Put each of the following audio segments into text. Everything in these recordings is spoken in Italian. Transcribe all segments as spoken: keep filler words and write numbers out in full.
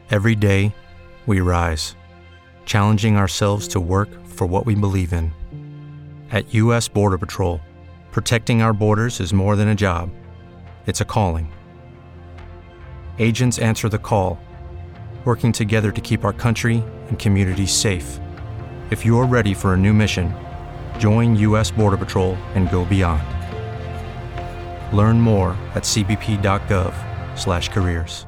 Every day, we rise, challenging ourselves to work for what we believe in. At U S Border Patrol, protecting our borders is more than a job, it's a calling. Agents answer the call, working together to keep our country and communities safe. If you are ready for a new mission, join U S Border Patrol and go beyond. Learn more at c b p dot gov slash careers.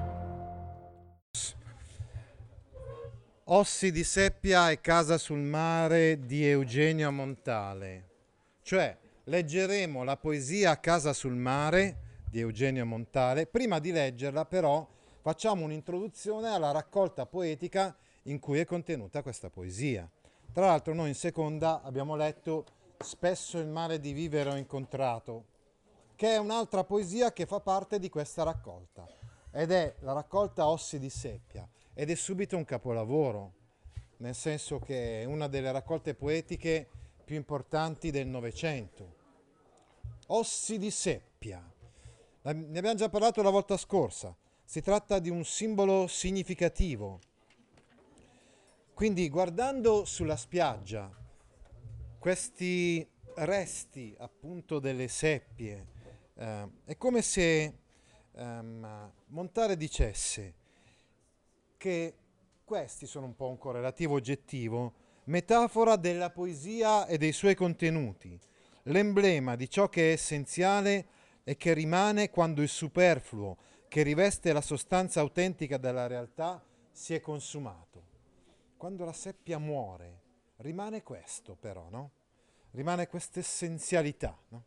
Ossi di seppia e Casa sul mare di Eugenio Montale. Cioè, leggeremo la poesia Casa sul mare di Eugenio Montale. Prima di leggerla, però, facciamo un'introduzione alla raccolta poetica in cui è contenuta questa poesia. Tra l'altro noi in seconda abbiamo letto Spesso il male di vivere ho incontrato, che è un'altra poesia che fa parte di questa raccolta, ed è la raccolta Ossi di seppia, ed è subito un capolavoro, nel senso che è una delle raccolte poetiche più importanti del Novecento. Ossi di seppia, ne abbiamo già parlato la volta scorsa, si tratta di un simbolo significativo. Quindi guardando sulla spiaggia questi resti appunto delle seppie, eh, è come se ehm, Montale dicesse che questi sono un po' un correlativo oggettivo, metafora della poesia e dei suoi contenuti, l'emblema di ciò che è essenziale e che rimane quando il superfluo, che riveste la sostanza autentica della realtà, si è consumato. Quando la seppia muore, rimane questo però, no? Rimane questa essenzialità, no?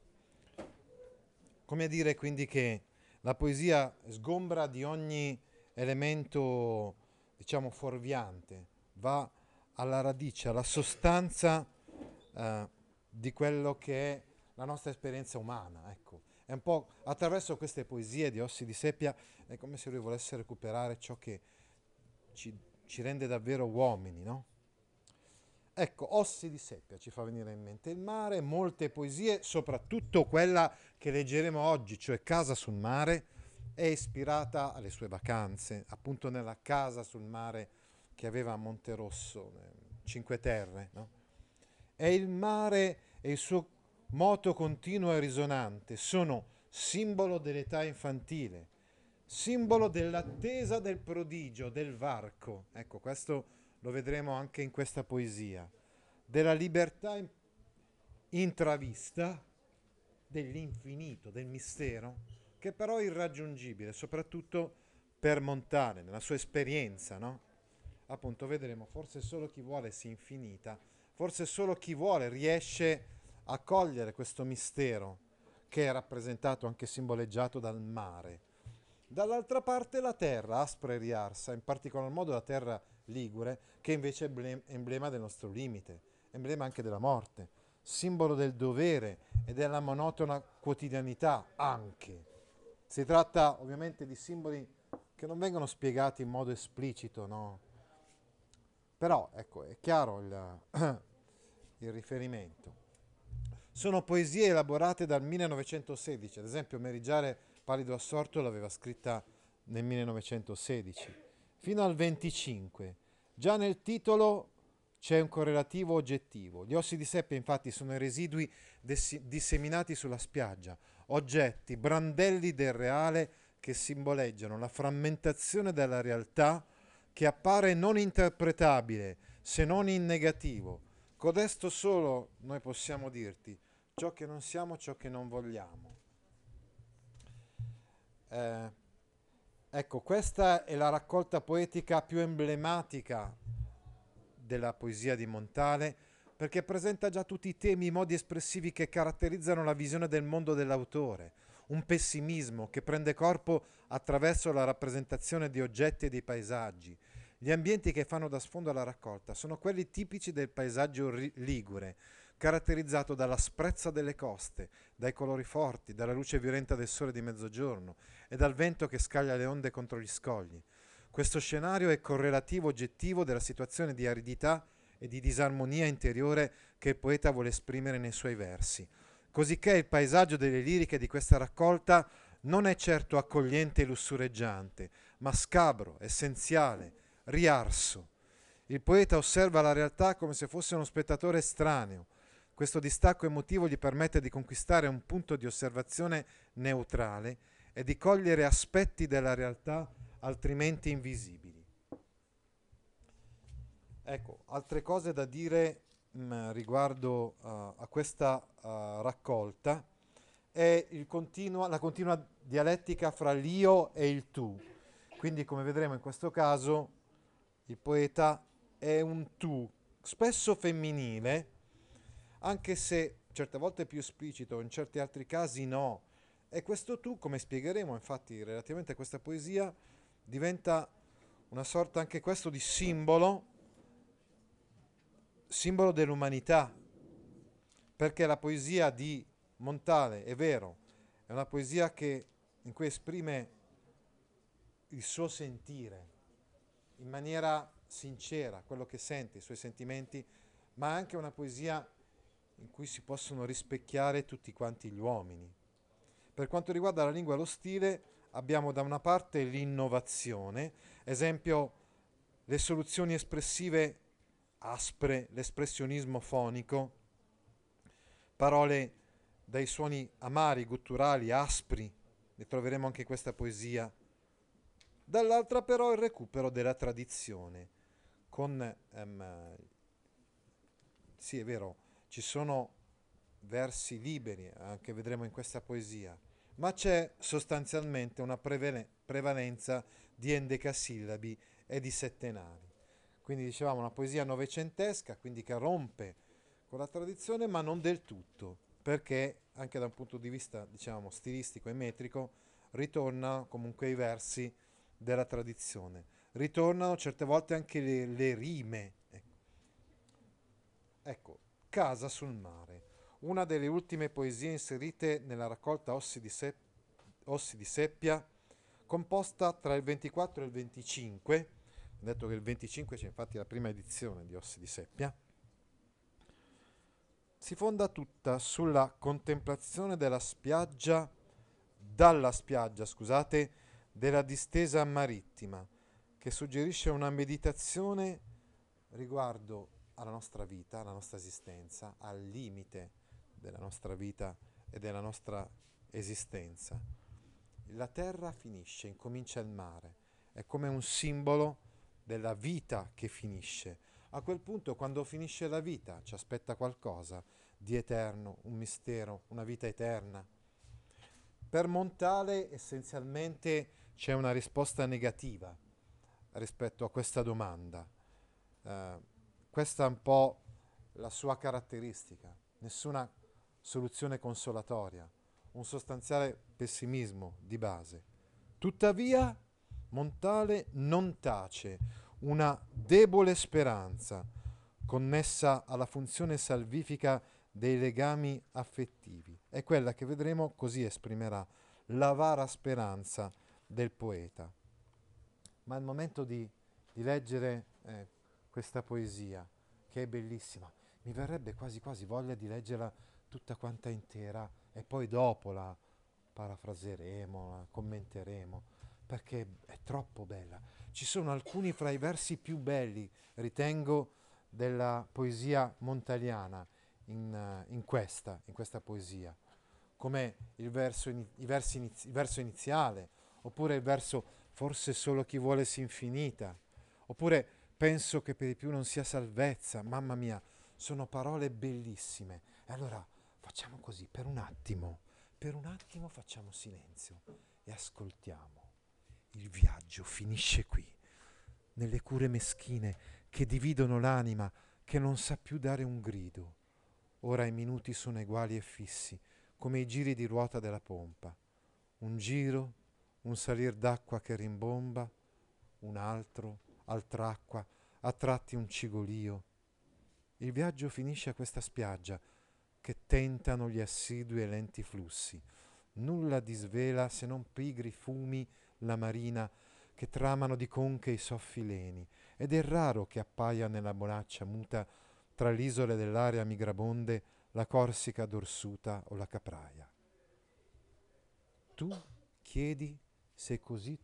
Come a dire quindi che la poesia sgombra di ogni elemento, diciamo, fuorviante, va alla radice, alla sostanza eh, di quello che è la nostra esperienza umana, ecco. È un po' attraverso queste poesie di Ossi di seppia, è come se lui volesse recuperare ciò che ci, ci rende davvero uomini, no? Ecco, Ossi di seppia ci fa venire in mente il mare, molte poesie, soprattutto quella che leggeremo oggi, cioè Casa sul mare, è ispirata alle sue vacanze, appunto nella casa sul mare che aveva a Monterosso, Cinque Terre, no? E il mare e il suo moto continuo e risonante sono simbolo dell'età infantile, simbolo dell'attesa del prodigio, del varco. Ecco, questo lo vedremo anche in questa poesia, della libertà intravista, dell'infinito, del mistero, che però è irraggiungibile, soprattutto per Montale, nella sua esperienza, no? Appunto vedremo, forse solo chi vuole si infinita, forse solo chi vuole riesce a cogliere questo mistero che è rappresentato, anche simboleggiato dal mare. Dall'altra parte la terra, aspra e riarsa, in particolar modo la terra ligure, che invece è emblema del nostro limite, emblema anche della morte, simbolo del dovere e della monotona quotidianità anche. Si tratta ovviamente di simboli che non vengono spiegati in modo esplicito, no? Però, ecco, è chiaro il, il riferimento. Sono poesie elaborate dal millenovecentosedici, ad esempio Merigiare Pallido Assorto l'aveva scritta nel millenovecentosedici, fino al venticinque. Già nel titolo c'è un correlativo oggettivo. Gli ossi di seppia infatti sono i residui des- disseminati sulla spiaggia, oggetti, brandelli del reale che simboleggiano la frammentazione della realtà che appare non interpretabile se non in negativo. Codesto solo noi possiamo dirti ciò che non siamo, ciò che non vogliamo. Eh, ecco, questa è la raccolta poetica più emblematica della poesia di Montale, perché presenta già tutti i temi, i modi espressivi che caratterizzano la visione del mondo dell'autore, un pessimismo che prende corpo attraverso la rappresentazione di oggetti e di paesaggi. Gli ambienti che fanno da sfondo alla raccolta sono quelli tipici del paesaggio ri- ligure, caratterizzato dall'asprezza delle coste, dai colori forti, dalla luce violenta del sole di mezzogiorno e dal vento che scaglia le onde contro gli scogli. Questo scenario è correlativo oggettivo della situazione di aridità e di disarmonia interiore che il poeta vuole esprimere nei suoi versi, cosicché il paesaggio delle liriche di questa raccolta non è certo accogliente e lussureggiante, ma scabro, essenziale, riarso. Il poeta osserva la realtà come se fosse uno spettatore estraneo. Questo distacco emotivo gli permette di conquistare un punto di osservazione neutrale e di cogliere aspetti della realtà altrimenti invisibili. Ecco, altre cose da dire mh, riguardo uh, a questa uh, raccolta è il continua, la continua dialettica fra l'io e il tu. Quindi, come vedremo in questo caso, il poeta è un tu, spesso femminile, anche se certe volte è più esplicito, in certi altri casi no. E questo tu, come spiegheremo infatti relativamente a questa poesia, diventa una sorta anche questo di simbolo, simbolo dell'umanità, perché la poesia di Montale, è vero, è una poesia che, in cui esprime il suo sentire in maniera sincera, quello che sente, i suoi sentimenti, ma anche una poesia in cui si possono rispecchiare tutti quanti gli uomini. Per quanto riguarda la lingua e lo stile, abbiamo da una parte l'innovazione, esempio le soluzioni espressive aspre, l'espressionismo fonico, parole dai suoni amari, gutturali, aspri, ne troveremo anche in questa poesia. Dall'altra però il recupero della tradizione, con, um, sì è vero, ci sono versi liberi, anche vedremo in questa poesia, ma c'è sostanzialmente una prevale- prevalenza di endecasillabi e di settenari. Quindi dicevamo una poesia novecentesca, quindi che rompe con la tradizione, ma non del tutto, perché anche da un punto di vista, diciamo, stilistico e metrico, ritornano comunque i versi della tradizione. Ritornano certe volte anche le, le rime. Ecco. ecco, Casa sul mare, una delle ultime poesie inserite nella raccolta Ossi di, Se- Ossi di Seppia, composta tra il ventiquattro e il venticinque. Ho detto che il venticinque c'è infatti la prima edizione di Ossi di Seppia. Si fonda tutta sulla contemplazione della spiaggia, dalla spiaggia, scusate, della distesa marittima, che suggerisce una meditazione riguardo alla nostra vita, alla nostra esistenza, al limite della nostra vita e della nostra esistenza. La terra finisce, incomincia il mare, è come un simbolo della vita che finisce. A quel punto, quando finisce la vita, ci aspetta qualcosa di eterno, un mistero, una vita eterna. Per Montale essenzialmente c'è una risposta negativa rispetto a questa domanda. Eh, questa è un po' la sua caratteristica, nessuna soluzione consolatoria, un sostanziale pessimismo di base. Tuttavia, Montale non tace una debole speranza connessa alla funzione salvifica dei legami affettivi. È quella che vedremo, così esprimerà l'avara speranza del poeta. Ma è il momento di, di leggere eh, questa poesia, che è bellissima. Mi verrebbe quasi quasi voglia di leggerla tutta quanta intera e poi dopo la parafraseremo, la commenteremo, perché è troppo bella. Ci sono alcuni fra i versi più belli, ritengo, della poesia montaliana in, uh, in, questa, in questa poesia, come il verso, in, i versi inizi, il verso iniziale, oppure il verso forse solo chi vuole si infinita, oppure penso che per di più non sia salvezza, mamma mia, sono parole bellissime. E allora facciamo così, per un attimo, per un attimo facciamo silenzio e ascoltiamo. Il viaggio finisce qui, nelle cure meschine che dividono l'anima, che non sa più dare un grido. Ora i minuti sono uguali e fissi, come i giri di ruota della pompa. Un giro, un salir d'acqua che rimbomba, un altro, altra acqua, a tratti un cigolio. Il viaggio finisce a questa spiaggia che tentano gli assidui e lenti flussi. Nulla disvela se non pigri fumi la marina che tramano di conche i soffi leni, ed è raro che appaia nella bonaccia muta tra le isole dell'area migrabonde la Corsica dorsuta o la Capraia. Tu chiedi se così tutto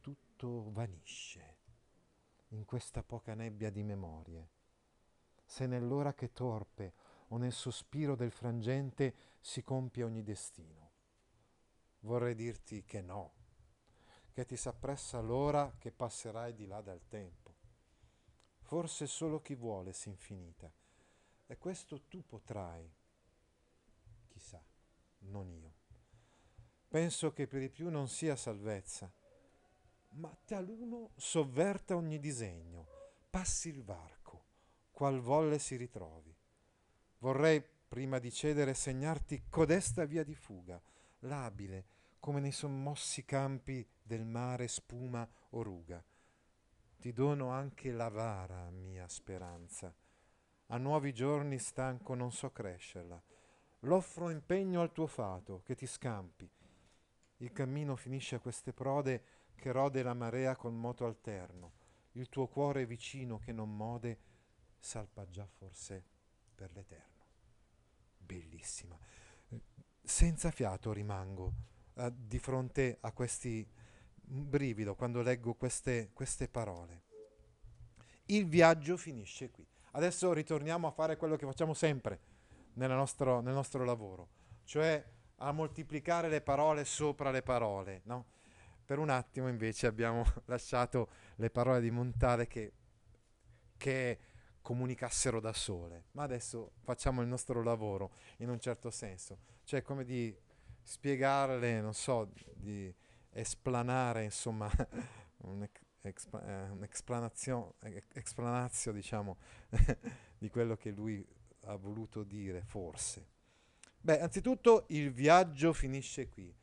tutto vanisce in questa poca nebbia di memorie, se nell'ora che torpe o nel sospiro del frangente si compie ogni destino. Vorrei dirti che no, che ti s'appressa l'ora che passerai di là dal tempo. Forse solo chi vuole s'infinita, e questo tu potrai, chissà, non io. Penso che per i più non sia salvezza, ma taluno sovverta ogni disegno, passi il varco, qual volle si ritrovi. Vorrei, prima di cedere, segnarti codesta via di fuga, labile, come nei sommossi campi del mare spuma o ruga. Ti dono anche l'avara mia speranza. A nuovi giorni stanco non so crescerla. L'offro impegno al tuo fato, che ti scampi. Il cammino finisce a queste prode che rode la marea col moto alterno. Il tuo cuore vicino che non mode salpa già forse per l'eterno. Bellissima. Senza fiato rimango eh, di fronte a questi brivido quando leggo queste, queste parole. Il viaggio finisce qui. Adesso ritorniamo a fare quello che facciamo sempre nel nostro, nel nostro lavoro, cioè a moltiplicare le parole sopra le parole, no? Per un attimo invece abbiamo lasciato le parole di Montale che, che comunicassero da sole, ma adesso facciamo il nostro lavoro in un certo senso, cioè come di spiegarle, non so, di esplanare, insomma, un'esplanazio, explanazio, diciamo, di quello che lui ha voluto dire, forse. Beh, anzitutto il viaggio finisce qui.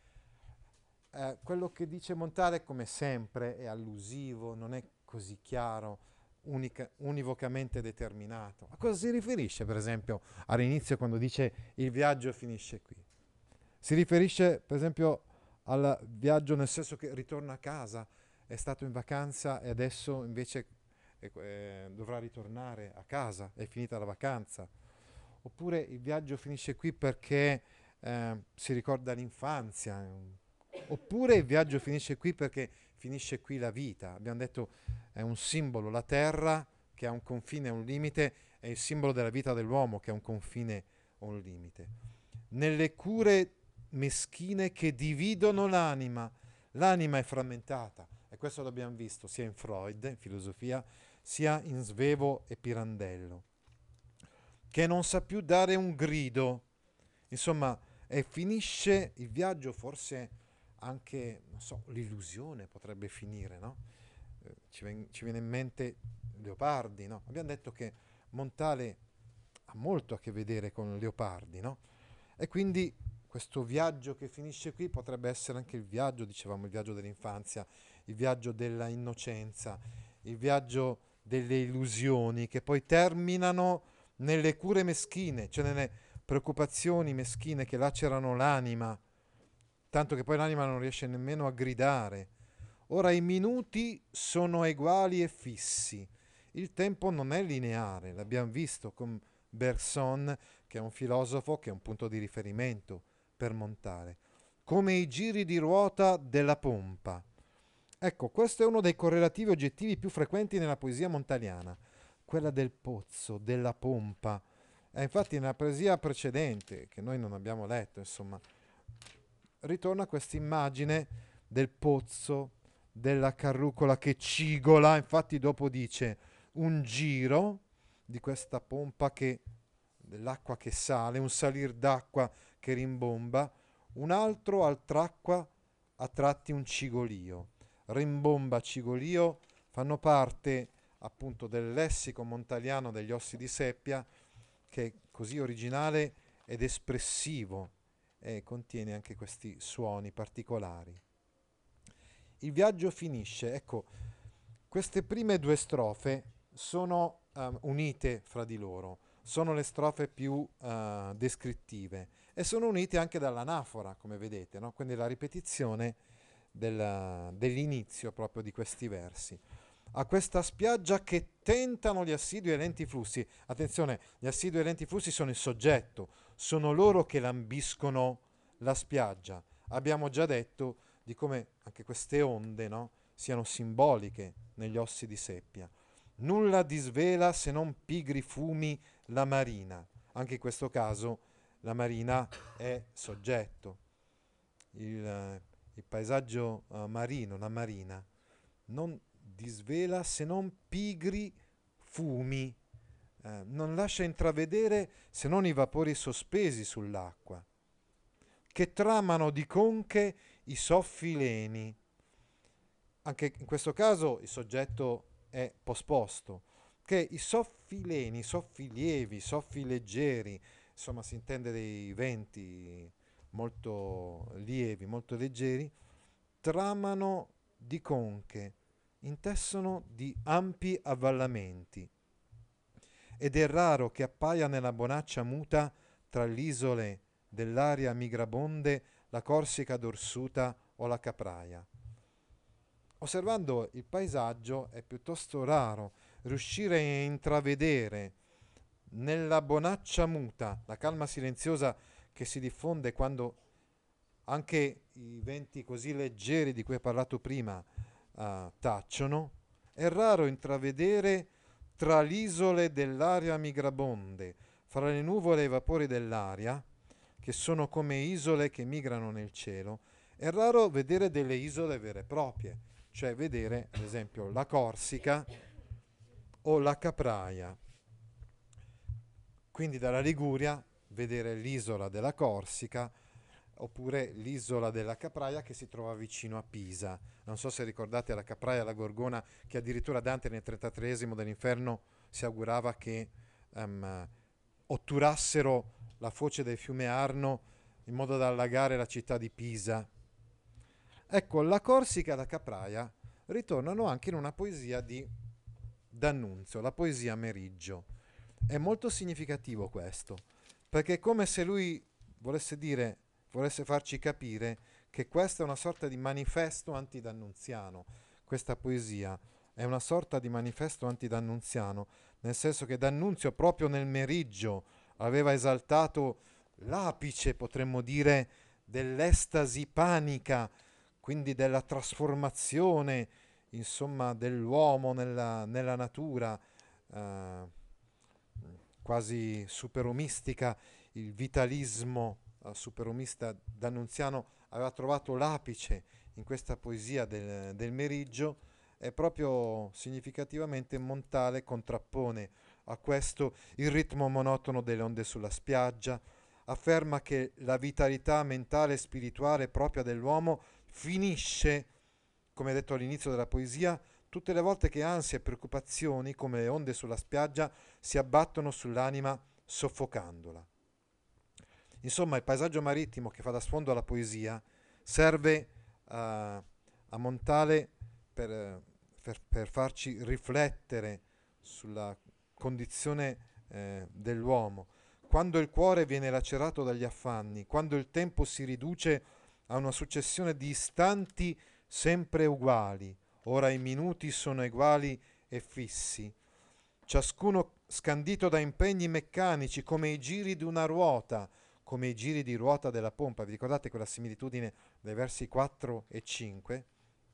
Eh, quello che dice Montale, come sempre, è allusivo, non è così chiaro, unica, univocamente determinato. A cosa si riferisce, per esempio, all'inizio quando dice il viaggio finisce qui? Si riferisce, per esempio, al viaggio nel senso che ritorna a casa, è stato in vacanza e adesso invece eh, dovrà ritornare a casa, è finita la vacanza. Oppure il viaggio finisce qui perché eh, si ricorda l'infanzia. Oppure il viaggio finisce qui perché finisce qui la vita. Abbiamo detto è un simbolo, la terra che ha un confine e un limite, è il simbolo della vita dell'uomo che ha un confine e un limite. Nelle cure meschine che dividono l'anima, l'anima è frammentata, e questo l'abbiamo visto sia in Freud, in filosofia, sia in Svevo e Pirandello, che non sa più dare un grido. Insomma, e finisce il viaggio, forse anche, non so, l'illusione potrebbe finire, no? Eh, ci, ven- ci viene in mente Leopardi, no? Abbiamo detto che Montale ha molto a che vedere con Leopardi, no? E quindi questo viaggio che finisce qui potrebbe essere anche il viaggio, dicevamo, il viaggio dell'infanzia, il viaggio della innocenza, il viaggio delle illusioni che poi terminano nelle cure meschine, cioè nelle preoccupazioni meschine che lacerano l'anima, tanto che poi l'anima non riesce nemmeno a gridare. Ora i minuti sono uguali e fissi, il tempo non è lineare, l'abbiamo visto con Bergson, che è un filosofo che è un punto di riferimento per Montale, come i giri di ruota della pompa. Ecco, questo è uno dei correlativi oggettivi più frequenti nella poesia montaliana, quella del pozzo, della pompa. E infatti nella poesia precedente, che noi non abbiamo letto, insomma, ritorna questa immagine del pozzo, della carrucola che cigola, infatti dopo dice un giro di questa pompa che, dell'acqua che sale, un salir d'acqua che rimbomba, un altro altr'acqua a tratti un cigolio. Rimbomba, cigolio fanno parte appunto del lessico montaliano degli ossi di seppia, che è così originale ed espressivo e contiene anche questi suoni particolari. Il viaggio finisce, ecco, queste prime due strofe sono um, unite fra di loro, sono le strofe più uh, descrittive e sono unite anche dall'anafora, come vedete, no? Quindi la ripetizione della, dell'inizio proprio di questi versi. A questa spiaggia che tentano gli assidui e lenti flussi. Attenzione, gli assidui e lenti flussi sono il soggetto, sono loro che lambiscono la spiaggia. Abbiamo già detto di come anche queste onde, no, siano simboliche negli ossi di seppia. Nulla disvela se non pigri fumi la marina. Anche in questo caso la marina è soggetto. Il, eh, il paesaggio eh, marino, la marina, non disvela se non pigri fumi, eh, non lascia intravedere se non i vapori sospesi sull'acqua, che tramano di conche i soffi leni. Anche in questo caso il soggetto è posposto, che i soffi leni, i soffi lievi, i soffi leggeri, insomma si intende dei venti molto lievi, molto leggeri, tramano di conche, intessono di ampi avvallamenti. Ed è raro che appaia nella bonaccia muta tra le isole dell'aria migrabonde la Corsica dorsuta o la Capraia. Osservando il paesaggio è piuttosto raro riuscire a intravedere nella bonaccia muta, la calma silenziosa che si diffonde quando anche i venti così leggeri di cui ho parlato prima uh, tacciono, è raro intravedere tra le isole dell'aria migrabonde, fra le nuvole e i vapori dell'aria, che sono come isole che migrano nel cielo, è raro vedere delle isole vere e proprie, cioè vedere ad esempio la Corsica o la Capraia. Quindi dalla Liguria vedere l'isola della Corsica oppure l'isola della Capraia che si trova vicino a Pisa. Non so se ricordate la Capraia, la Gorgona, che addirittura Dante nel trentatreesimo dell'Inferno si augurava che um, otturassero la foce del fiume Arno in modo da allagare la città di Pisa. Ecco, la Corsica e la Capraia ritornano anche in una poesia di D'Annunzio, la poesia Meriggio. È molto significativo questo, perché è come se lui volesse dire, volesse farci capire che questa è una sorta di manifesto antidannunziano. Questa poesia è una sorta di manifesto antidannunziano, nel senso che D'Annunzio proprio nel Meriggio aveva esaltato l'apice, potremmo dire, dell'estasi panica, quindi della trasformazione, insomma, dell'uomo nella, nella natura, eh, quasi superomistica. Il vitalismo eh, superomista d'Annunziano aveva trovato l'apice in questa poesia del, del Meriggio, e proprio significativamente Montale contrappone a questo il ritmo monotono delle onde sulla spiaggia, afferma che la vitalità mentale e spirituale propria dell'uomo finisce, come detto all'inizio della poesia, tutte le volte che ansie e preoccupazioni, come le onde sulla spiaggia, si abbattono sull'anima soffocandola. Insomma, il paesaggio marittimo che fa da sfondo alla poesia serve uh, a Montale per, per, per farci riflettere sulla condizione eh, dell'uomo. Quando il cuore viene lacerato dagli affanni, quando il tempo si riduce a una successione di istanti sempre uguali, ora i minuti sono uguali e fissi, ciascuno scandito da impegni meccanici come i giri di una ruota, come i giri di ruota della pompa. Vi ricordate quella similitudine dei versi quattro e cinque?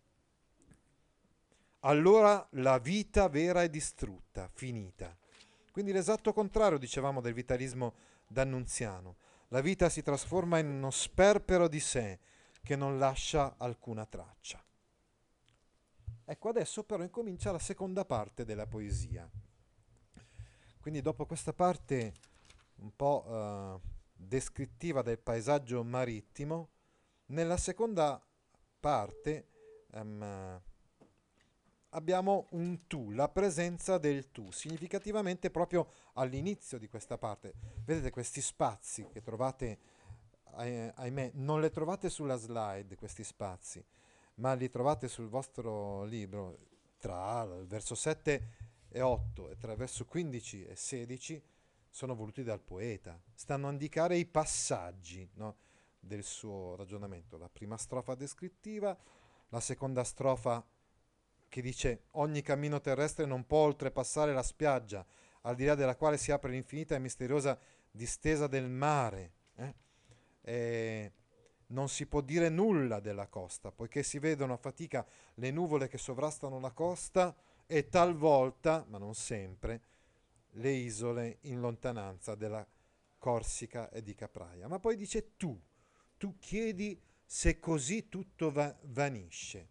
Allora la vita vera è distrutta, finita. Quindi l'esatto contrario, dicevamo, del vitalismo d'Annunziano. La vita si trasforma in uno sperpero di sé che non lascia alcuna traccia. Ecco, adesso però incomincia la seconda parte della poesia. Quindi dopo questa parte un po' eh, descrittiva del paesaggio marittimo, nella seconda parte ehm, abbiamo un tu, la presenza del tu, significativamente proprio all'inizio di questa parte. Vedete questi spazi che trovate, eh, ahimè, non le trovate sulla slide questi spazi, ma li trovate sul vostro libro, tra il verso sette e otto e tra il verso quindici e sedici sono voluti dal poeta, stanno a indicare i passaggi, no, del suo ragionamento. La prima strofa descrittiva, la seconda strofa che dice ogni cammino terrestre non può oltrepassare la spiaggia, al di là della quale si apre l'infinita e misteriosa distesa del mare. Eh? E non si può dire nulla della costa, poiché si vedono a fatica le nuvole che sovrastano la costa e talvolta, ma non sempre, le isole in lontananza della Corsica e di Capraia. Ma poi dice tu, tu chiedi se così tutto va- vanisce.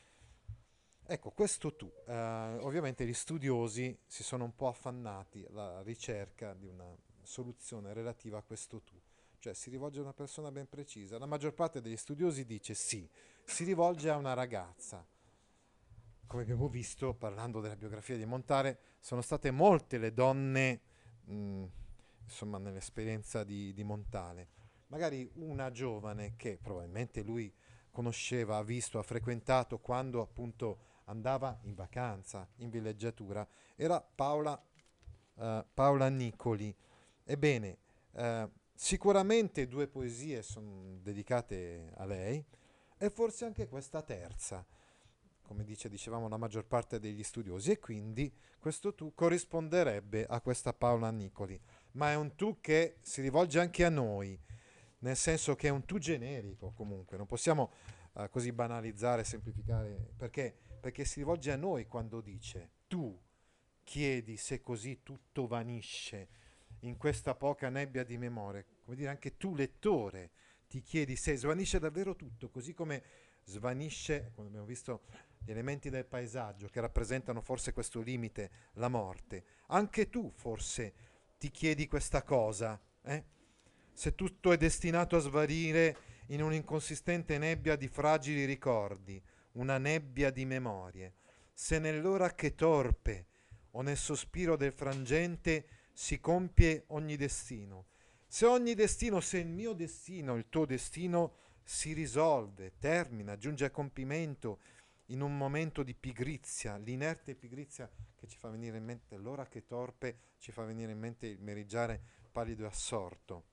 Ecco, questo tu. Eh, ovviamente gli studiosi si sono un po' affannati alla ricerca di una soluzione relativa a questo tu. Cioè si rivolge a una persona ben precisa. La maggior parte degli studiosi dice sì, si rivolge a una ragazza. Come abbiamo visto parlando della biografia di Montale, sono state molte le donne, mh, insomma, nell'esperienza di, di Montale. Magari una giovane che probabilmente lui conosceva, ha visto, ha frequentato quando appunto andava in vacanza, in villeggiatura, era Paola, eh, Paola Nicoli. Ebbene, eh, sicuramente due poesie sono dedicate a lei e forse anche questa terza, come dice, dicevamo, la maggior parte degli studiosi, e quindi questo tu corrisponderebbe a questa Paola Nicoli, ma è un tu che si rivolge anche a noi, nel senso che è un tu generico comunque, non possiamo eh, così banalizzare, semplificare, perché? Perché si rivolge a noi quando dice tu chiedi se così tutto vanisce in questa poca nebbia di memoria, come dire anche tu lettore ti chiedi se svanisce davvero tutto, così come svanisce, come abbiamo visto, gli elementi del paesaggio che rappresentano forse questo limite, la morte. Anche tu forse ti chiedi questa cosa, eh? Se tutto è destinato a svanire in un'inconsistente nebbia di fragili ricordi, una nebbia di memorie, se nell'ora che torpe o nel sospiro del frangente si compie ogni destino, se ogni destino, se il mio destino, il tuo destino si risolve, termina, giunge a compimento in un momento di pigrizia, l'inerte pigrizia che ci fa venire in mente l'ora che torpe, ci fa venire in mente il meriggiare pallido e assorto.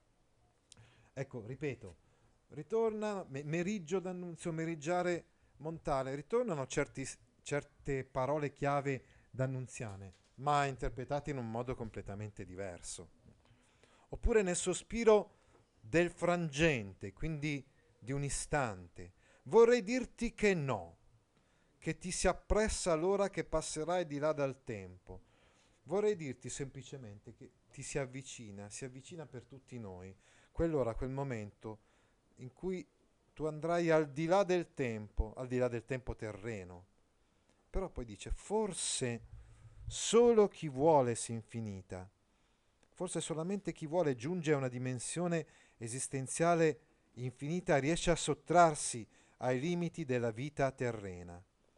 Ecco, ripeto, ritorna me- meriggio d'annunzio, meriggiare Montale, ritornano certi, certe parole chiave d'annunziane, ma interpretate in un modo completamente diverso. Oppure nel sospiro del frangente, quindi di un istante, vorrei dirti che no, che ti si appressa l'ora che passerai di là dal tempo. Vorrei dirti semplicemente che ti si avvicina, si avvicina per tutti noi, quell'ora, quel momento in cui tu andrai al di là del tempo, al di là del tempo terreno. Però poi dice, forse solo chi vuole si infinita, forse solamente chi vuole giunge a una dimensione esistenziale infinita riesce a sottrarsi ai limiti della vita terrena.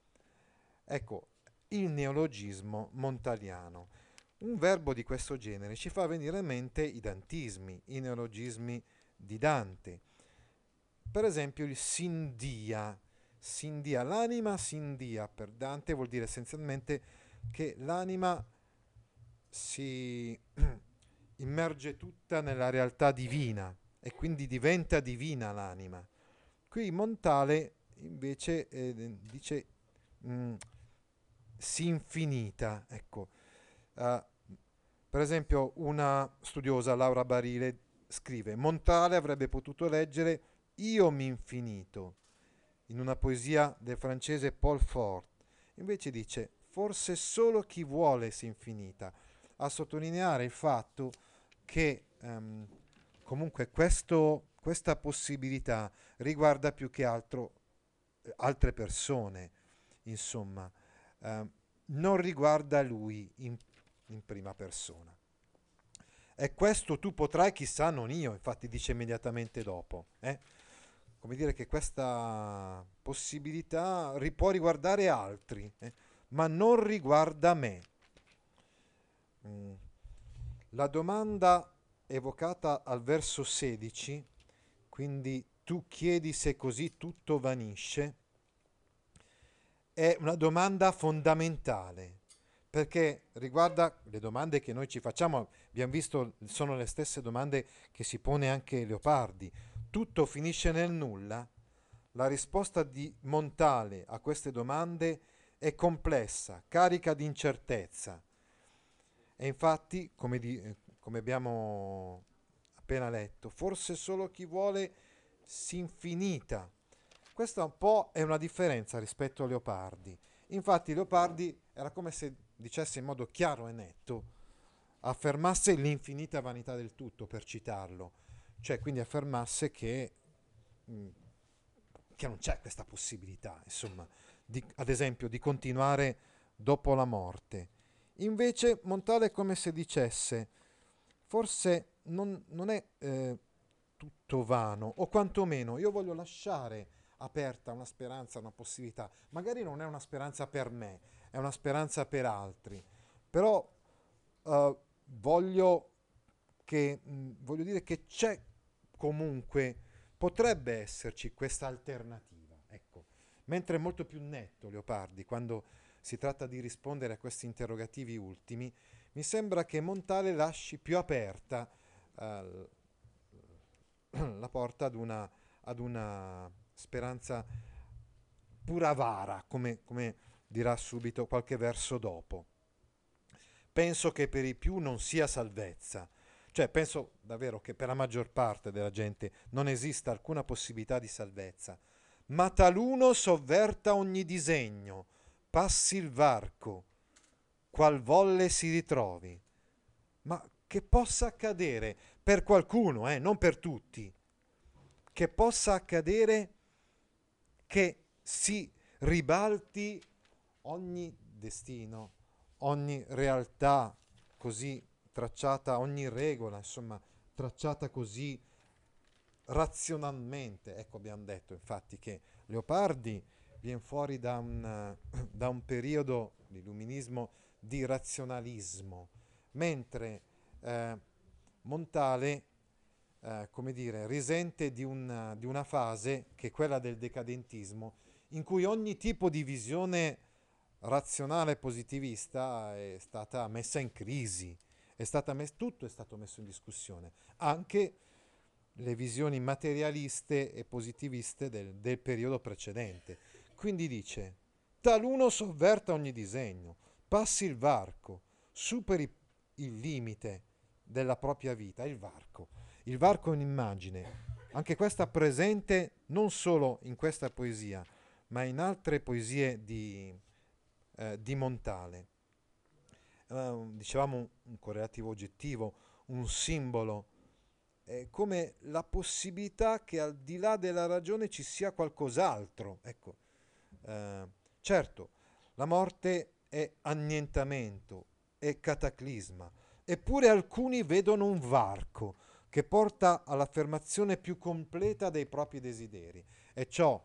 Ecco, il neologismo montaliano. Un verbo di questo genere ci fa venire in mente i dantismi, i neologismi di Dante. Per esempio il sindia. Sindia, l'anima sindia per Dante vuol dire essenzialmente che l'anima si immerge tutta nella realtà divina e quindi diventa divina l'anima. Qui Montale invece eh, dice mh, si infinita, ecco. Uh, per esempio una studiosa, Laura Barile, scrive Montale avrebbe potuto leggere io mi infinito in una poesia del francese Paul Fort, invece dice forse solo chi vuole si infinita, a sottolineare il fatto che um, comunque questo, questa possibilità riguarda più che altro eh, altre persone, insomma, eh, non riguarda lui in, in prima persona. E questo tu potrai, chissà, non io, infatti dice immediatamente dopo. Eh? Come dire che questa possibilità ri- può riguardare altri, eh? ma non riguarda me. Mm. La domanda evocata al verso sedici, quindi tu chiedi se così tutto vanisce, è una domanda fondamentale perché riguarda le domande che noi ci facciamo, abbiamo visto, sono le stesse domande che si pone anche Leopardi. Tutto finisce nel nulla? La risposta di Montale a queste domande è complessa, carica di incertezza. E infatti, come, di, come abbiamo appena letto, forse solo chi vuole si infinita. Questa un po' è una differenza rispetto a Leopardi. Infatti Leopardi era come se dicesse in modo chiaro e netto, affermasse l'infinita vanità del tutto, per citarlo, cioè quindi affermasse che, mh, che non c'è questa possibilità, insomma, di, ad esempio, di continuare dopo la morte. Invece Montale è come se dicesse, forse non, non è eh, tutto vano, o quantomeno io voglio lasciare aperta una speranza, una possibilità. Magari non è una speranza per me, è una speranza per altri, però eh, voglio che mh, voglio dire che c'è comunque, potrebbe esserci questa alternativa, ecco. Mentre è molto più netto Leopardi quando si tratta di rispondere a questi interrogativi ultimi, mi sembra che Montale lasci più aperta eh, la porta ad una, ad una speranza pura avara, come, come dirà subito qualche verso dopo. Penso che per i più non sia salvezza, cioè penso davvero che per la maggior parte della gente non esista alcuna possibilità di salvezza, ma taluno sovverta ogni disegno, passi il varco, qual volle si ritrovi. Ma che possa accadere per qualcuno, eh, non per tutti, che possa accadere che si ribalti ogni destino, ogni realtà così tracciata, ogni regola, insomma, tracciata così razionalmente. Ecco, abbiamo detto infatti che Leopardi viene fuori da un, da un periodo di illuminismo di razionalismo, mentre eh, Montale, eh, come dire, risente di una, di una fase che è quella del decadentismo, in cui ogni tipo di visione razionale e positivista è stata messa in crisi, è stata mes- tutto è stato messo in discussione, anche le visioni materialiste e positiviste del, del periodo precedente. Quindi dice, taluno sovverta ogni disegno, passi il varco, superi il limite della propria vita, il varco. Il varco è un'immagine, anche questa presente non solo in questa poesia, ma in altre poesie di, eh, di Montale. Uh, dicevamo un, un correlativo oggettivo, un simbolo, eh, come la possibilità che al di là della ragione ci sia qualcos'altro. Ecco, uh, certo, la morte è annientamento, è cataclisma, eppure alcuni vedono un varco che porta all'affermazione più completa dei propri desideri. E ciò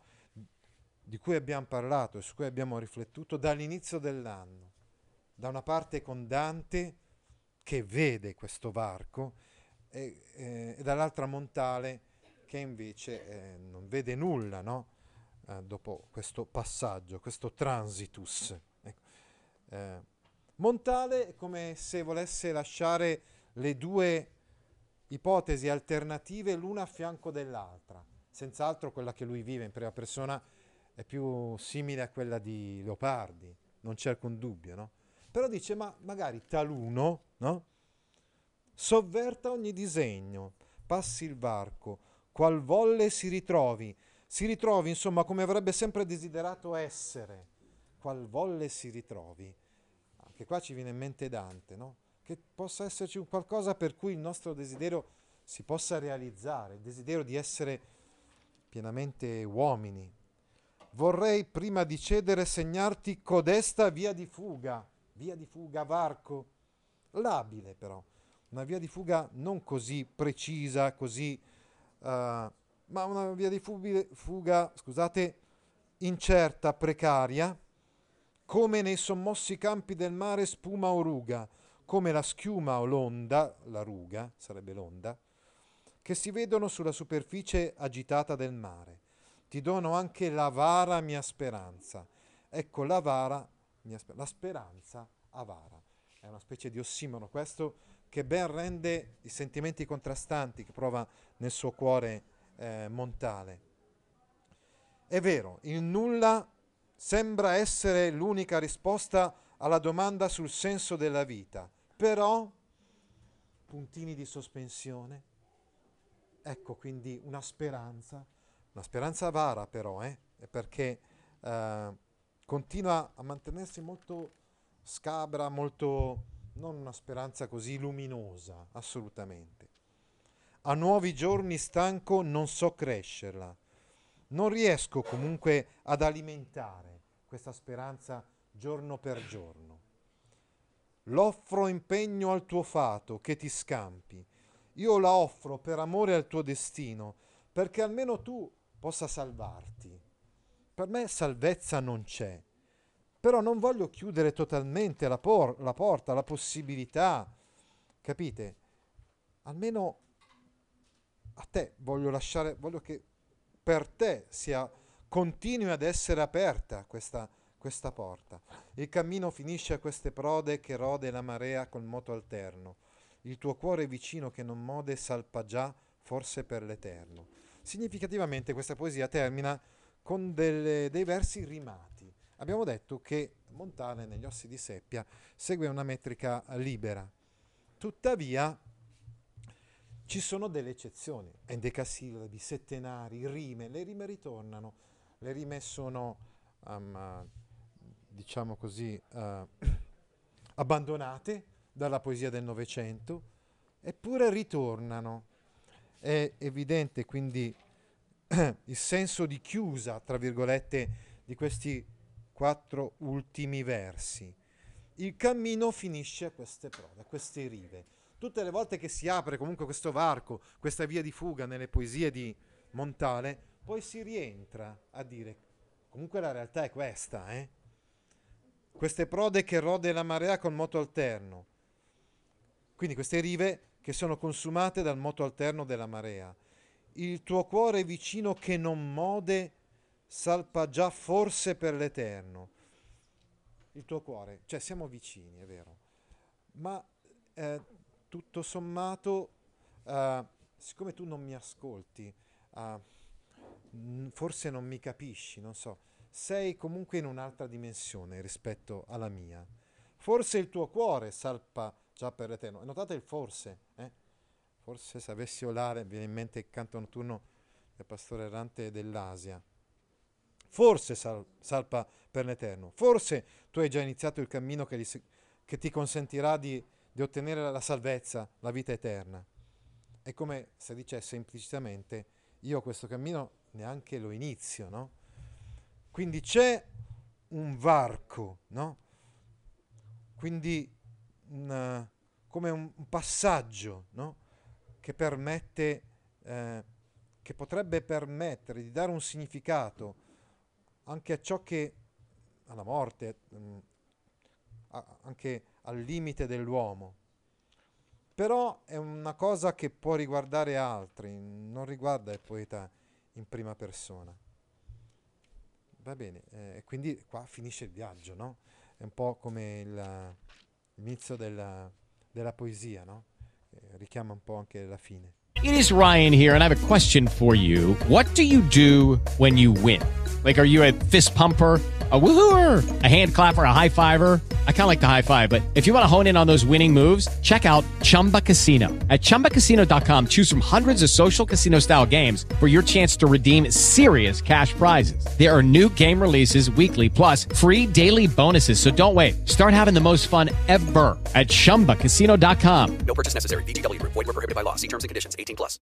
di cui abbiamo parlato e su cui abbiamo riflettuto dall'inizio dell'anno. Da una parte con Dante, che vede questo varco, e, eh, e dall'altra Montale, che invece eh, non vede nulla, no? Eh, dopo questo passaggio, questo transitus. Ecco. Eh, Montale è come se volesse lasciare le due ipotesi alternative l'una a fianco dell'altra. Senz'altro quella che lui vive in prima persona è più simile a quella di Leopardi, non c'è alcun dubbio, no? Però dice, ma magari taluno, no? Sovverta ogni disegno, passi il varco, qual volle si ritrovi, si ritrovi, insomma, come avrebbe sempre desiderato essere, qual volle si ritrovi. Anche qua ci viene in mente Dante, no? Che possa esserci un qualcosa per cui il nostro desiderio si possa realizzare, il desiderio di essere pienamente uomini. Vorrei prima di cedere segnarti codesta via di fuga, via di fuga varco, labile però, una via di fuga non così precisa, così, uh, ma una via di fuga, fuga, scusate, incerta, precaria, come nei sommossi campi del mare spuma o ruga, come la schiuma o l'onda, la ruga, sarebbe l'onda, che si vedono sulla superficie agitata del mare. Ti dono anche l'avara mia speranza. Ecco, l'avara, mia sper- la speranza avara. È una specie di ossimoro questo che ben rende i sentimenti contrastanti che prova nel suo cuore eh, Montale. È vero, il nulla sembra essere l'unica risposta alla domanda sul senso della vita, però, puntini di sospensione, ecco quindi una speranza, una speranza avara però, eh, perché eh, continua a mantenersi molto scabra, molto, non una speranza così luminosa, assolutamente. A nuovi giorni stanco non so crescerla, non riesco comunque ad alimentare questa speranza giorno per giorno. L'offro impegno al tuo fato che ti scampi, io la offro per amore al tuo destino, perché almeno tu possa salvarti. Per me salvezza non c'è, però non voglio chiudere totalmente la, por- la porta, la possibilità, capite? Almeno a te voglio lasciare, voglio che per te sia, continui ad essere aperta questa, questa porta. Il cammino finisce a queste prode che rode la marea col moto alterno. Il tuo cuore vicino che non mode salpa già, forse per l'eterno. Significativamente questa poesia termina con delle, dei versi rimati. Abbiamo detto che Montale negli Ossi di Seppia segue una metrica libera. Tuttavia ci sono delle eccezioni, endecasillabi, settenari, rime, le rime ritornano, le rime sono, um, diciamo così, uh, abbandonate dalla poesia del Novecento, eppure ritornano. È evidente quindi il senso di chiusa, tra virgolette, di questi quattro ultimi versi. Il cammino finisce a queste prove, a queste rive. Tutte le volte che si apre comunque questo varco, questa via di fuga nelle poesie di Montale, poi si rientra a dire, comunque la realtà è questa, eh? Queste prode che rode la marea col moto alterno. Quindi queste rive che sono consumate dal moto alterno della marea. Il tuo cuore vicino che non mode salpa già forse per l'eterno. Il tuo cuore, cioè siamo vicini, è vero, ma eh, tutto sommato, uh, siccome tu non mi ascolti, uh, forse non mi capisci, non so, sei comunque in un'altra dimensione rispetto alla mia. Forse il tuo cuore salpa già per l'eterno. E notate il forse, eh? Forse se avessi olare, viene in mente il canto notturno del pastore errante dell'Asia. Forse sal- salpa per l'eterno. Forse tu hai già iniziato il cammino che, li- che ti consentirà di di ottenere la salvezza, la vita eterna. È come se dicesse implicitamente, io questo cammino neanche lo inizio, no? Quindi c'è un varco, no? Quindi un, come un, un passaggio, no? Che permette, eh, che potrebbe permettere di dare un significato anche a ciò che, alla morte, mh, a, anche al limite dell'uomo. Però è una cosa che può riguardare altri, non riguarda il poeta in prima persona. Va bene, eh, quindi qua finisce il viaggio, no? È un po' come il, l'inizio della, della poesia, no? Eh, richiama un po' anche la fine. It is Ryan here, and I have a question for you. What do you do when you win? Like, are you a fist pumper, a woohooer, a hand clapper, a high fiver? I kind of like the high five, but if you want to hone in on those winning moves, check out Chumba Casino. At chumba casino dot com, choose from hundreds of social casino style games for your chance to redeem serious cash prizes. There are new game releases weekly, plus free daily bonuses. So don't wait. Start having the most fun ever at chumba casino dot com. No purchase necessary. V G W Group. Void where prohibited by law. See terms and conditions. eighteen plus.